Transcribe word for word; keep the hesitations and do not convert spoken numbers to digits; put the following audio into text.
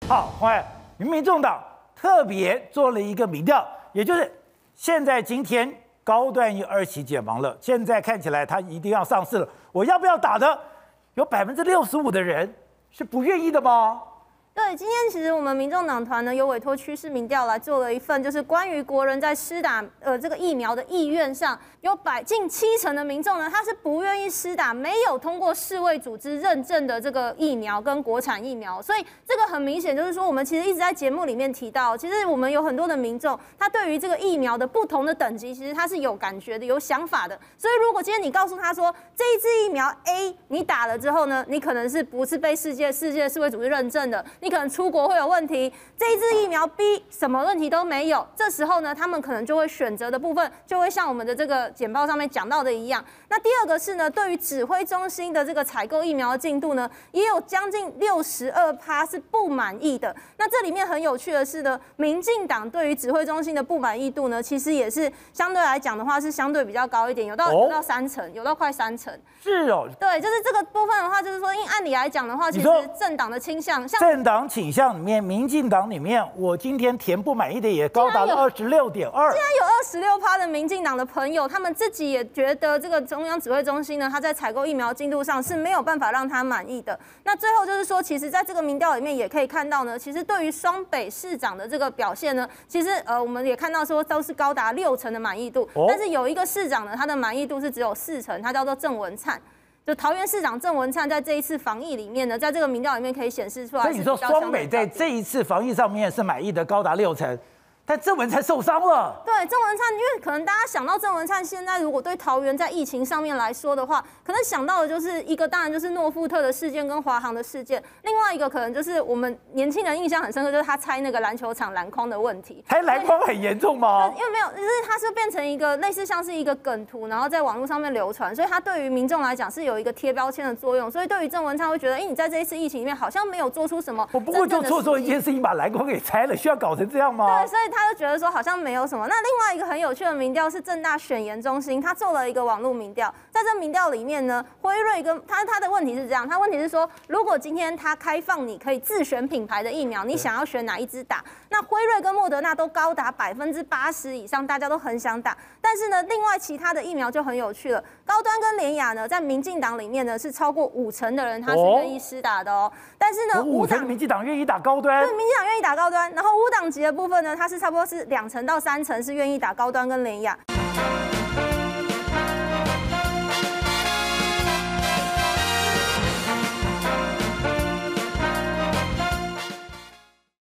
好，黄海，民众党特别做了一个民调，也就是现在今天高端一二期解盲了，现在看起来它一定要上市了，我要不要打的？有百分之六十五的人是不愿意的吗？ 对，今天其实我们民众党团呢有委托趋势民调来做了一份，就是关于国人在施打呃这个疫苗的意愿上，有百近七成的民众呢他是不愿意施打没有通过世卫组织认证的这个疫苗跟国产疫苗，所以这个很明显就是说，我们其实一直在节目里面提到，其实我们有很多的民众他对于这个疫苗的不同的等级，其实他是有感觉的、有想法的。所以如果今天你告诉他说这一支疫苗 A 你打了之后呢，你可能是不是被世界世界世卫组织认证的？你可能出国会有问题，这一支疫苗 B 什么问题都没有，这时候呢，他们可能就会选择的部分就会像我们的这个简报上面讲到的一样。那第二个是呢，对于指挥中心的这个采购疫苗的进度呢，也有将近六十二趴是不满意的。那这里面很有趣的是呢，民进党对于指挥中心的不满意度呢，其实也是相对来讲的话是相对比较高一点，有到有到三成，有到快三成。 是哦， 对，就是这个部分的话，就是说，因为按理来讲的话，其实政党的倾向，像政党倾向里面，民进党里面，我今天填不满意的也高达了二十六点二。 竟然有二十六趴的民进党的朋友，他们自己也觉得这个中央指挥中心呢，他在采购疫苗进度上是没有办法让他满意的。那最后就是说，其实在这个民调里面也可以看到呢，其实对于双北市长的这个表现呢，其实呃我们也看到说都是高达六成的满意度，哦、但是有一个市长呢，他的满意度是只有四成，他叫做郑文灿。就桃园市长郑文灿在这一次防疫里面呢，在这个民调里面可以显示出来。 所以你说双北在这一次防疫上面是满意的高达六成，但郑文灿受伤了。 对，郑文灿，因为可能大家想到郑文灿现在如果对桃园在疫情上面来说的话，可能想到的就是一个，当然就是诺富特的事件跟华航的事件，另外一个可能就是我们年轻人印象很深刻，就是他拆那个篮球场篮筐的问题。 拆篮筐很严重吗？ 因为没有，就是它是变成一个类似像是一个梗图，然后在网络上面流传，所以它对于民众来讲是有一个贴标签的作用。所以对于郑文灿会觉得，哎、欸，你在这一次疫情里面好像没有做出什么。 我不过就做错一件事情，把篮筐给拆了，需要搞成这样吗？ 对，所以他就觉得说好像没有什么。那另外一个很有趣的民调是政大选研中心，他做了一个网络民调，在这民调里面呢，辉瑞跟他他的问题是这样，他问题是说，如果今天他开放你可以自选品牌的疫苗，你想要选哪一支打？那辉瑞跟莫德纳都高达百分之八十以上，大家都很想打。但是呢，另外其他的疫苗就很有趣了，高端跟联亚呢，在民进党里面呢是超过五成的人他是愿意施打的哦。但是呢， 五成民进党愿意打高端， 对，民进党愿意打高端，然后无党籍的部分呢，它是差不多是两成到三成是愿意打高端跟联亚。